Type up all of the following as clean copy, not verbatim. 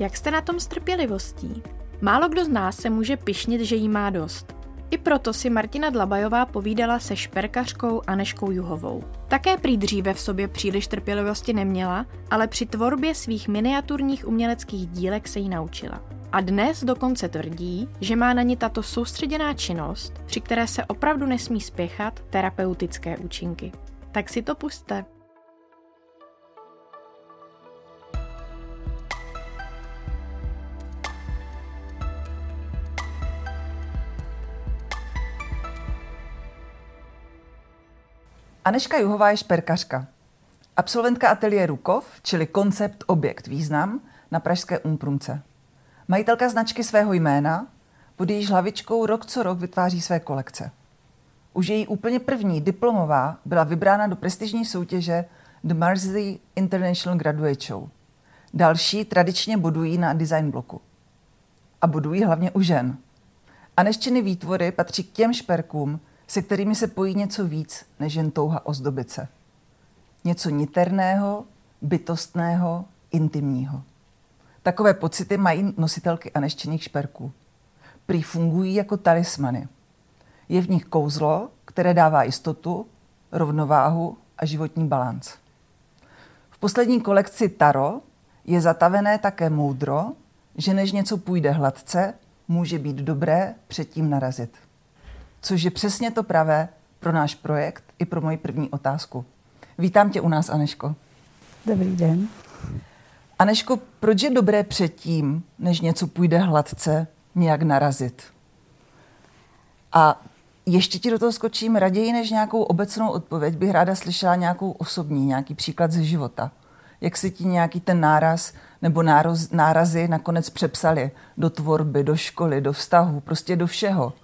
Jak jste na tom s trpělivostí? Málo kdo z nás se může pyšnit, že jí má dost. I proto si Martina Dlabajová povídala se šperkařkou Anežkou Juhovou. Také prý dříve v sobě příliš trpělivosti neměla, ale při tvorbě svých miniaturních uměleckých dílek se jí naučila. A dnes dokonce tvrdí, že má na ní tato soustředěná činnost, při které se opravdu nesmí spěchat, terapeutické účinky. Tak si to pusťte. Anežka Juhová je šperkařka. Absolventka ateliéru KOV, čili koncept, objekt, význam, na pražské Umprumce. Majitelka značky svého jména, pod jejíž hlavičkou rok co rok vytváří své kolekce. Už její úplně první diplomová byla vybrána do prestižní soutěže The Marsey International Graduate Show. Další tradičně bodují na design bloku. A bodují hlavně u žen. Anežčiny výtvory patří k těm šperkům, se kterými se pojí něco víc než jen touha ozdobit se. Něco niterného, bytostného, intimního. Takové pocity mají nositelky Anežčiných šperků. Prý fungují jako talismany. Je v nich kouzlo, které dává jistotu, rovnováhu a životní balanc. V poslední kolekci Taro je zatavené také moudro, že než něco půjde hladce, může být dobré předtím narazit. Což je přesně to pravé pro náš projekt i pro moji první otázku. Vítám tě u nás, Anežko. Dobrý den. Anežko, proč je dobré předtím, než něco půjde hladce, nějak narazit? A ještě ti do toho skočím, raději než nějakou obecnou odpověď bych ráda slyšela nějakou osobní, nějaký příklad ze života. Jak si ti nějaký ten náraz nebo nárazy nakonec přepsali do tvorby, do školy, do vztahu, prostě do všeho?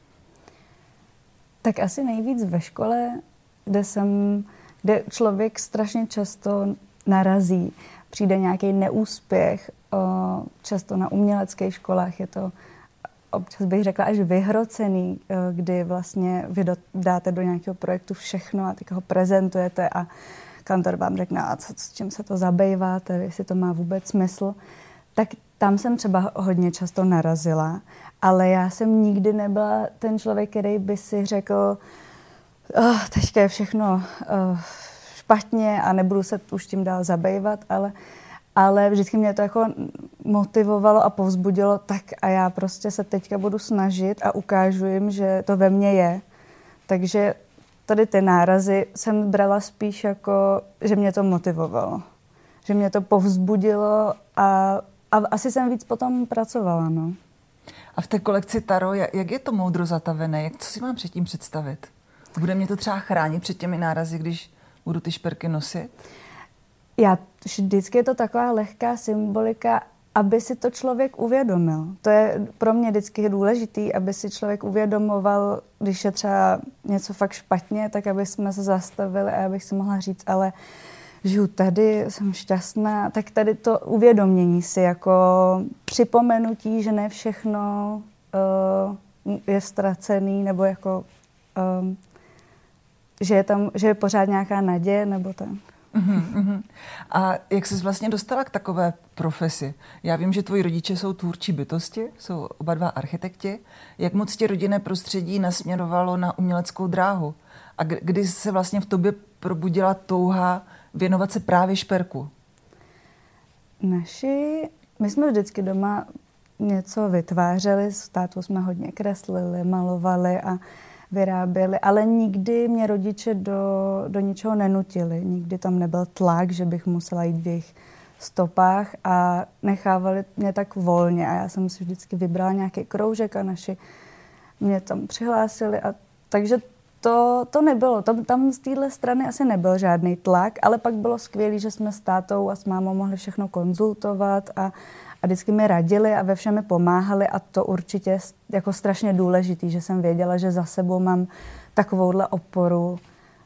Tak asi nejvíc ve škole, kde člověk strašně často narazí. Přijde nějaký neúspěch, často na uměleckých školách je to, občas bych řekla, až vyhrocený, kdy vlastně vy dáte do nějakého projektu všechno a tak ho prezentujete a kantor vám řekne, a s čím se to zabýváte, jestli to má vůbec smysl. Tak tam jsem třeba hodně často narazila, ale já jsem nikdy nebyla ten člověk, který by si řekl, teďka je všechno špatně a nebudu se už tím dál zabývat, ale vždycky mě to jako motivovalo a povzbudilo, tak a já prostě se teďka budu snažit a ukážu jim, že to ve mně je. Takže tady ty nárazy jsem brala spíš jako, že mě to motivovalo, že mě to povzbudilo a asi jsem víc potom pracovala, no. A v té kolekci Taro, jak je to moudro zatavené? Co si mám předtím představit? Bude mě to třeba chránit před těmi nárazy, když budu ty šperky nosit? Vždycky je to taková lehká symbolika, aby si to člověk uvědomil. To je pro mě vždycky důležitý, aby si člověk uvědomoval, když je třeba něco fakt špatně, tak aby jsme se zastavili a abych si mohla říct, ale žiju tady, jsem šťastná, tak tady to uvědomění si jako připomenutí, že ne všechno je ztracený, nebo jako, že je pořád nějaká naděje, nebo tak. A jak jsi vlastně dostala k takové profesi? Já vím, že tvoji rodiče jsou tvůrčí bytosti, jsou oba dva architekti. Jak moc tě rodinné prostředí nasměrovalo na uměleckou dráhu? A kdy se vlastně v tobě probudila touha věnovat se právě šperku? My jsme vždycky doma něco vytvářeli, s tátou jsme hodně kreslili, malovali a vyráběli, ale nikdy mě rodiče do ničeho nenutili. Nikdy tam nebyl tlak, že bych musela jít v jejich stopách a nechávali mě tak volně. A já jsem si vždycky vybrala nějaký kroužek a naši mě tam přihlásili. A takže to nebylo. Tam z téhle strany asi nebyl žádný tlak, ale pak bylo skvělé, že jsme s tátou a s mámou mohli všechno konzultovat a vždycky mi radili a ve všem mi pomáhali a to určitě je jako strašně důležitý, že jsem věděla, že za sebou mám takovouhle oporu.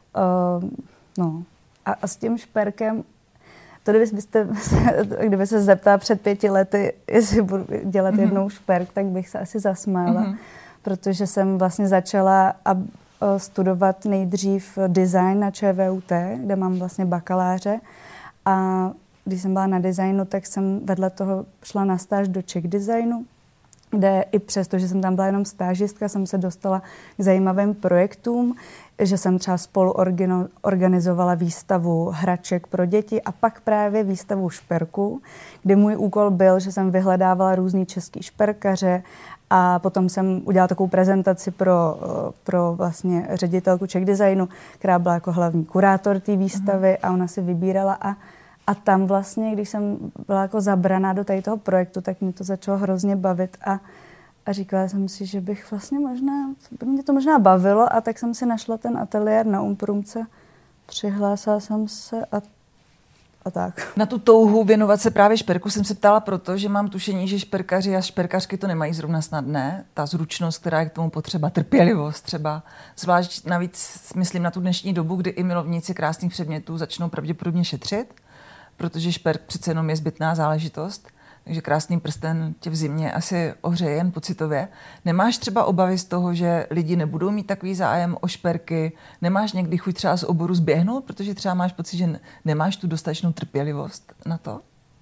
A s tím šperkem, to kdyby se zeptala před 5 lety, jestli budu dělat jednou šperk, tak bych se asi zasmála, protože jsem vlastně začala studovat nejdřív design na ČVUT, kde mám vlastně bakaláře a když jsem byla na designu, tak jsem vedle toho šla na stáž do Czech designu, kde i přesto, že jsem tam byla jenom stážistka, jsem se dostala k zajímavým projektům, že jsem třeba spolu organizovala výstavu hraček pro děti a pak právě výstavu šperků, kdy můj úkol byl, že jsem vyhledávala různý český šperkaře a potom jsem udělala takovou prezentaci pro vlastně ředitelku Czech designu, která byla jako hlavní kurátor té výstavy a ona si vybírala a tam vlastně, když jsem byla jako zabraná do tady toho projektu, tak mě to začalo hrozně bavit a říkala jsem si, že bych vlastně mě to možná bavilo a tak jsem si našla ten ateliér na Umprumce, přihlásila jsem se a tak. Na tu touhu věnovat se právě šperku jsem se ptala proto, že mám tušení, že šperkaři a šperkařky to nemají zrovna snadné. Ta zručnost, která je k tomu potřeba, trpělivost třeba. Zvlášť navíc myslím na tu dnešní dobu, kdy i milovníci krásných předmětů začnou pravděpodobně šetřit, protože šperk přece jenom je zbytná záležitost. Takže krásný prsten tě v zimě asi ohřeje jen pocitově. Nemáš třeba obavy z toho, že lidi nebudou mít takový zájem o šperky? Nemáš někdy chuť třeba z oboru zběhnout, protože třeba máš pocit, že nemáš tu dostatečnou trpělivost na to?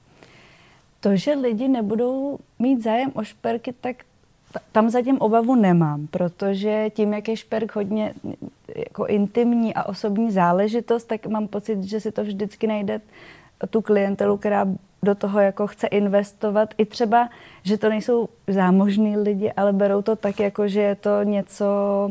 To, že lidi nebudou mít zájem o šperky, tak tam zatím obavu nemám, protože tím, jak je šperk hodně jako intimní a osobní záležitost, tak mám pocit, že si to vždycky najde tu klientelu, která do toho jako chce investovat. I třeba, že to nejsou zámožní lidi, ale berou to tak, jako že je to něco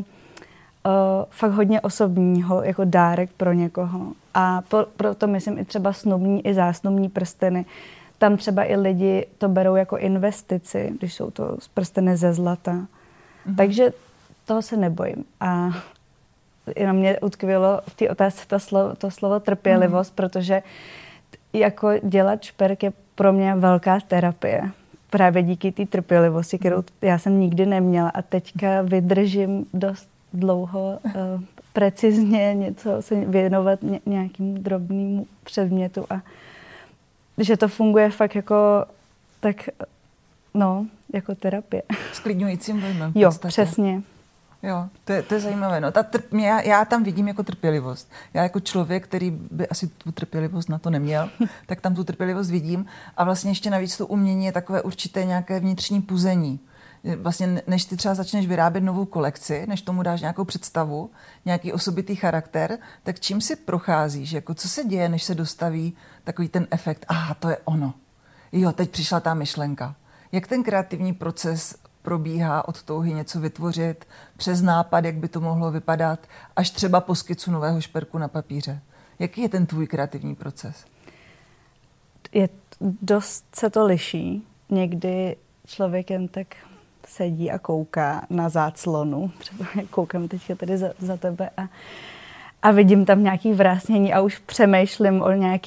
fakt hodně osobního, jako dárek pro někoho. A proto myslím i třeba snubní, i zásnubní prsteny. Tam třeba i lidi to berou jako investici, když jsou to prsteny ze zlata. Takže toho se nebojím. A jenom mě utkvělo v té otázce to slovo trpělivost, protože jako dělat šperk je pro mě velká terapie. Právě díky té trpělivosti, kterou já jsem nikdy neměla a teďka vydržím dost dlouho precizně něco se věnovat nějakému drobnému předmětu a že to funguje fakt jako tak, no, jako terapie. Sklidňujícím dojmem. Jo, přesně. Jo, to je zajímavé. No, já tam vidím jako trpělivost. Já jako člověk, který by asi tu trpělivost na to neměl, tak tam tu trpělivost vidím. A vlastně ještě navíc to umění je takové určité nějaké vnitřní puzení. Vlastně než ty třeba začneš vyrábět novou kolekci, než tomu dáš nějakou představu, nějaký osobitý charakter, tak čím si procházíš? Jako co se děje, než se dostaví takový ten efekt? To je ono. Jo, teď přišla ta myšlenka. Jak ten kreativní proces probíhá od touhy něco vytvořit, přes nápad, jak by to mohlo vypadat, až třeba po skicu nového šperku na papíře? Jaký je ten tvůj kreativní proces? Dost se to liší. Někdy člověk jen tak sedí a kouká na záclonu. Třeba koukám teďka tady za tebe a vidím tam nějaký vrásnění a už přemýšlím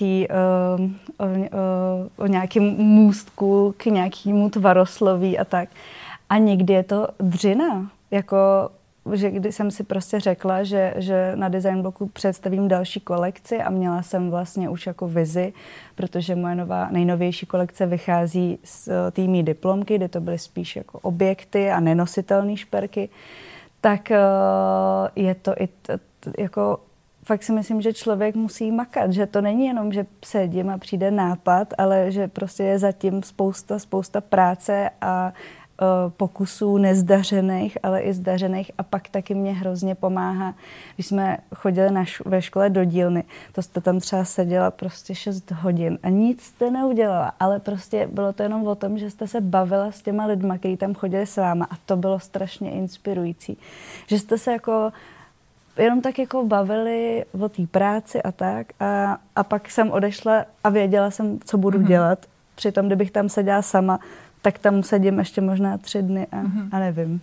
o nějakém můstku k nějakému tvarosloví a tak. A někdy je to dřina, jako že když jsem si prostě řekla, že na Design Bloku představím další kolekci a měla jsem vlastně už jako vizi, protože moje nejnovější kolekce vychází z té mý diplomky, kde to byly spíš jako objekty a nenositelné šperky, tak je to i jako fakt si myslím, že člověk musí makat, že to není jenom, že sedím a přijde nápad, ale že prostě je zatím spousta práce a pokusů nezdařených, ale i zdařených a pak taky mě hrozně pomáhá, když jsme chodili ve škole do dílny, to jste tam třeba seděla prostě 6 hodin a nic jste neudělala, ale prostě bylo to jenom o tom, že jste se bavila s těma lidma, kteří tam chodili s váma a to bylo strašně inspirující. Že jste se jako jenom tak jako bavili o té práci a tak a pak jsem odešla a věděla jsem, co budu dělat. Přitom, kdybych tam seděla sama, tak tam sedím ještě možná 3 dny a nevím.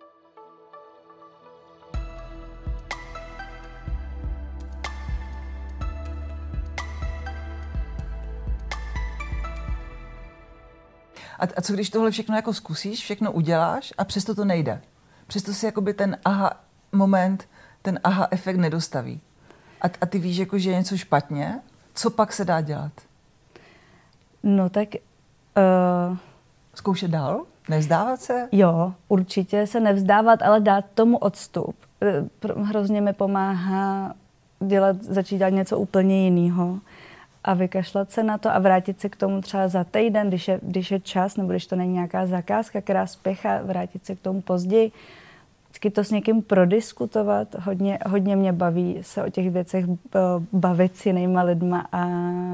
A co když tohle všechno jako zkusíš, všechno uděláš a přesto to nejde? Přesto si jakoby ten aha moment, ten aha efekt nedostaví. A ty víš, jako, že je něco špatně, co pak se dá dělat? No tak zkoušet dál? Nevzdávat se? Jo, určitě se nevzdávat, ale dát tomu odstup. Hrozně mi pomáhá začít dělat něco úplně jiného. a vykašlat se na to a vrátit se k tomu třeba za týden, když je čas, nebo když to není nějaká zakázka, která spěchá, vrátit se k tomu později. Vždycky to s někým prodiskutovat. Hodně mě baví se o těch věcech bavit s jinýma lidma a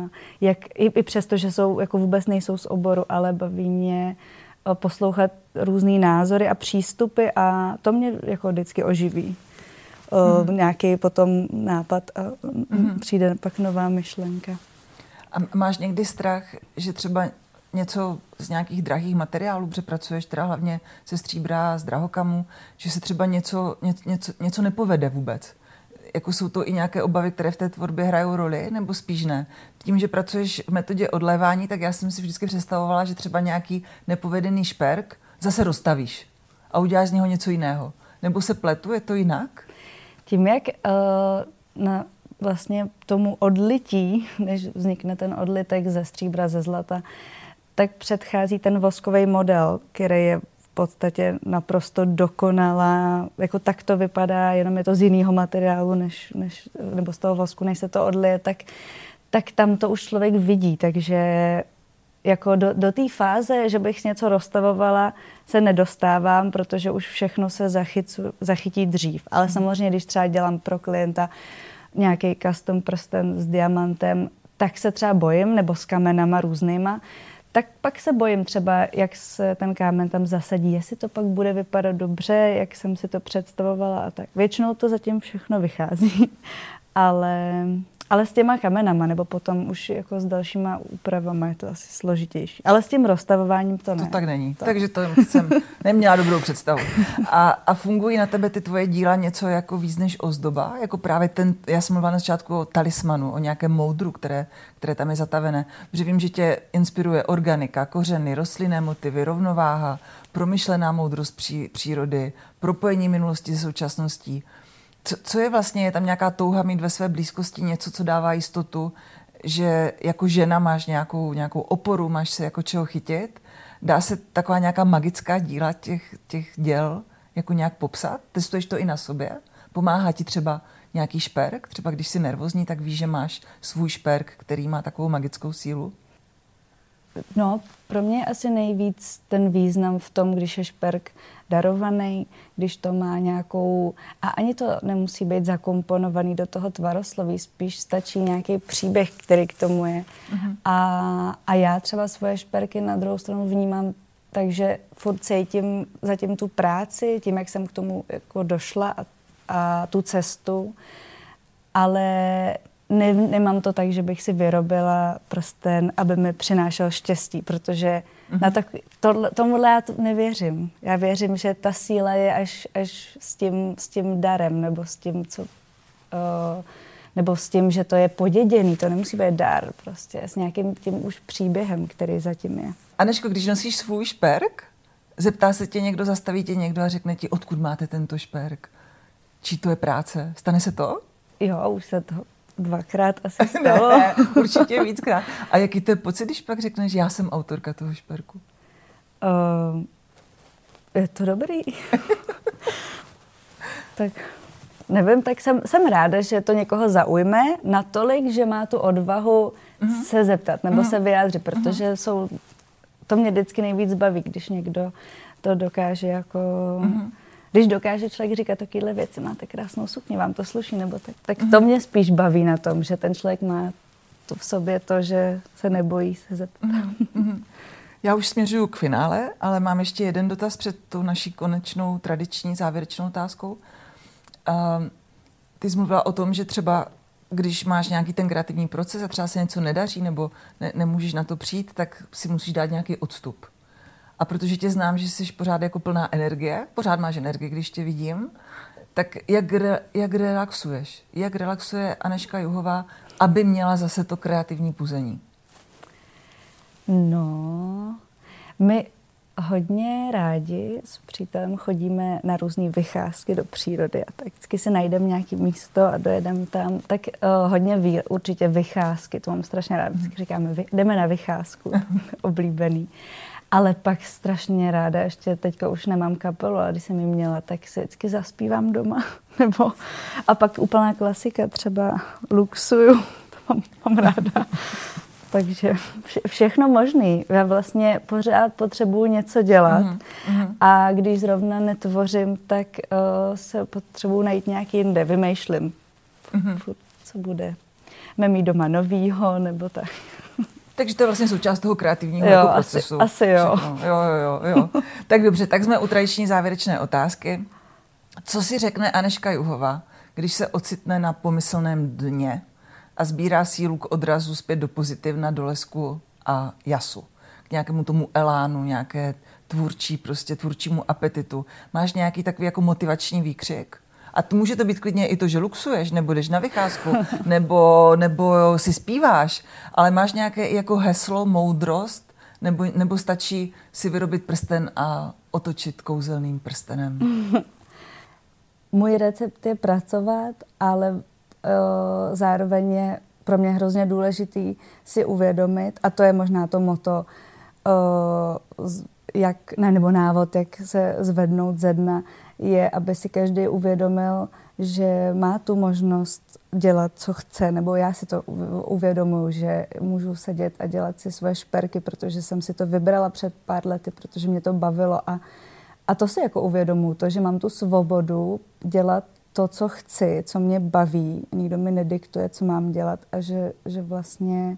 i přesto, že jako vůbec nejsou z oboru, ale baví mě poslouchat různý názory a přístupy a to mě jako vždycky oživí. Nějaký potom nápad a přijde pak nová myšlenka. A máš někdy strach, že třeba něco z nějakých drahých materiálů, protože pracuješ teda hlavně ze stříbra, z drahokamů, že se třeba něco nepovede vůbec? Jako jsou to i nějaké obavy, které v té tvorbě hrajou roli, nebo spíš ne? Tím, že pracuješ v metodě odlévání, tak já jsem si vždycky představovala, že třeba nějaký nepovedený šperk zase rozstavíš a uděláš z něho něco jiného. Nebo se pletu, je to jinak? Tím, jak na vlastně tomu odlití, než vznikne ten odlitek ze stříbra, ze zlata, tak předchází ten voskový model, který je v podstatě naprosto dokonalá. Jako tak to vypadá, jenom je to z jiného materiálu, nebo z toho vosku, než se to odlije, tak tam to už člověk vidí. Takže jako do té fáze, že bych něco rozstavovala, se nedostávám, protože už všechno se zachytí dřív. Ale samozřejmě, když třeba dělám pro klienta nějaký custom prsten s diamantem, tak se třeba bojím, nebo s kamenama různýma, tak pak se bojím třeba, jak se ten kámen tam zasadí, jestli to pak bude vypadat dobře, jak jsem si to představovala a tak. Většinou to zatím všechno vychází, ale s těma kamenama, nebo potom už jako s dalšíma úpravama je to asi složitější. Ale s tím rozstavováním to ne. To tak není. Takže to jsem neměla dobrou představu. A fungují na tebe ty tvoje díla něco jako víc než ozdoba? Jako právě já jsem mluvila na začátku o talismanu, o nějakém moudru, které tam je zatavené. Protože vím, že tě inspiruje organika, kořeny, rostlinné motivy, rovnováha, promyšlená moudrost přírody, propojení minulosti se současností. Co je vlastně, je tam nějaká touha mít ve své blízkosti něco, co dává jistotu, že jako žena máš nějakou oporu, máš se jako čeho chytit? Dá se taková nějaká magická díla těch děl jako nějak popsat? Testuješ to i na sobě? Pomáhá ti třeba nějaký šperk? Třeba když jsi nervózní, tak víš, že máš svůj šperk, který má takovou magickou sílu? No, pro mě je asi nejvíc ten význam v tom, když je šperk darovaný, když to má nějakou... A ani to nemusí být zakomponovaný do toho tvarosloví, spíš stačí nějaký příběh, který k tomu je. Mm-hmm. A já třeba svoje šperky na druhou stranu vnímám, takže furt cítím zatím tu práci, tím, jak jsem k tomu jako došla a tu cestu, ale... Nemám to tak, že bych si vyrobila prsten, aby mi přinášel štěstí, protože tomuhle já nevěřím. Já věřím, že ta síla je až s tím darem, nebo s tím, nebo s tím, že to je poděděný. To nemusí být dar, prostě s nějakým tím už příběhem, který zatím je. Anežko, když nosíš svůj šperk, zeptá se tě někdo, zastaví tě někdo a řekne ti, odkud máte tento šperk? Čí to je práce? Stane se to? Jo, už se to 2krát asi stalo. Ne, určitě víckrát. A jaký to je pocit, když pak řekneš, že já jsem autorka toho šperku? Je to dobrý. Tak nevím, tak jsem ráda, že to někoho zaujme natolik, že má tu odvahu se zeptat nebo se vyjádřit, protože to mě vždycky nejvíc baví, když někdo to dokáže jako... Když dokáže člověk říkat takovéhle věci, máte krásnou sukni, vám to sluší, nebo tak to mě spíš baví na tom, že ten člověk má to v sobě to, že se nebojí se zeptat. Já už směřuju k finále, ale mám ještě jeden dotaz před tou naší konečnou, tradiční, závěrečnou otázkou. Ty jsi mluvila o tom, že třeba když máš nějaký ten kreativní proces a třeba se něco nedaří nebo nemůžeš na to přijít, tak si musíš dát nějaký odstup. A protože tě znám, že jsi pořád jako plná energie, pořád máš energii, když tě vidím, tak jak relaxuješ? Jak relaxuje Anežka Juhová, aby měla zase to kreativní puzení? No, my hodně rádi s přítelem chodíme na různé vycházky do přírody a tak vždycky si najdeme nějaké místo a dojedeme tam. Tak hodně určitě vycházky, to mám strašně ráda, vždycky říkáme, jdeme na vycházku, oblíbený. Ale pak strašně ráda, ještě teďka už nemám kapelu, ale když jsem ji měla, tak si vždycky zaspívám doma. A pak úplná klasika, třeba luxuju, to mám ráda. Takže všechno možný. Já vlastně pořád potřebuji něco dělat a když zrovna netvořím, tak se potřebuji najít nějaký jinde. Vymýšlím, co bude. Mít doma novýho, nebo tak. Takže to je vlastně součást toho kreativního procesu. Asi jo. Jo. Tak dobře, tak jsme u tradiční závěrečné otázky. Co si řekne Anežka Juhová, když se ocitne na pomyslném dně a sbírá sílu k odrazu zpět do pozitivna, do lesku a jasu? K nějakému tomu elánu, nějaké tvůrčímu apetitu. Máš nějaký takový jako motivační výkřik? A to může to být klidně i to, že luxuješ, nebo jdeš na vycházku, nebo si zpíváš, ale máš nějaké jako heslo, moudrost, nebo stačí si vyrobit prsten a otočit kouzelným prstenem? Můj recept je pracovat, ale zároveň je pro mě hrozně důležitý si uvědomit, a to je možná to motto, nebo návod, jak se zvednout ze dna, je, aby si každý uvědomil, že má tu možnost dělat, co chce, nebo já si to uvědomuji, že můžu sedět a dělat si svoje šperky, protože jsem si to vybrala před pár lety, protože mě to bavilo a to si jako uvědomuji, to, že mám tu svobodu dělat to, co chci, co mě baví, nikdo mi nediktuje, co mám dělat a že vlastně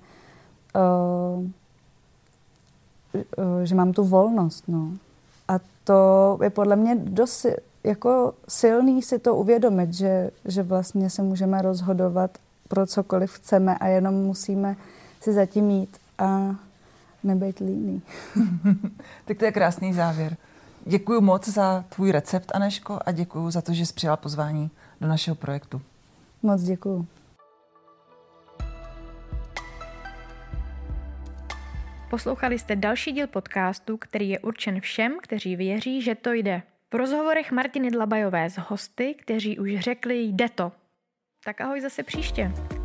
že mám tu volnost, no. A to je podle mě dost jako silný si to uvědomit, že vlastně se můžeme rozhodovat pro cokoliv chceme a jenom musíme si zatím jít a nebejt líný. Tak to je krásný závěr. Děkuju moc za tvůj recept, Anežko, a děkuju za to, že jsi přijala pozvání do našeho projektu. Moc děkuju. Poslouchali jste další díl podcastu, který je určen všem, kteří věří, že to jde. V rozhovorech Martiny Dlabajové s hosty, kteří už řekli jde to. Tak ahoj zase příště.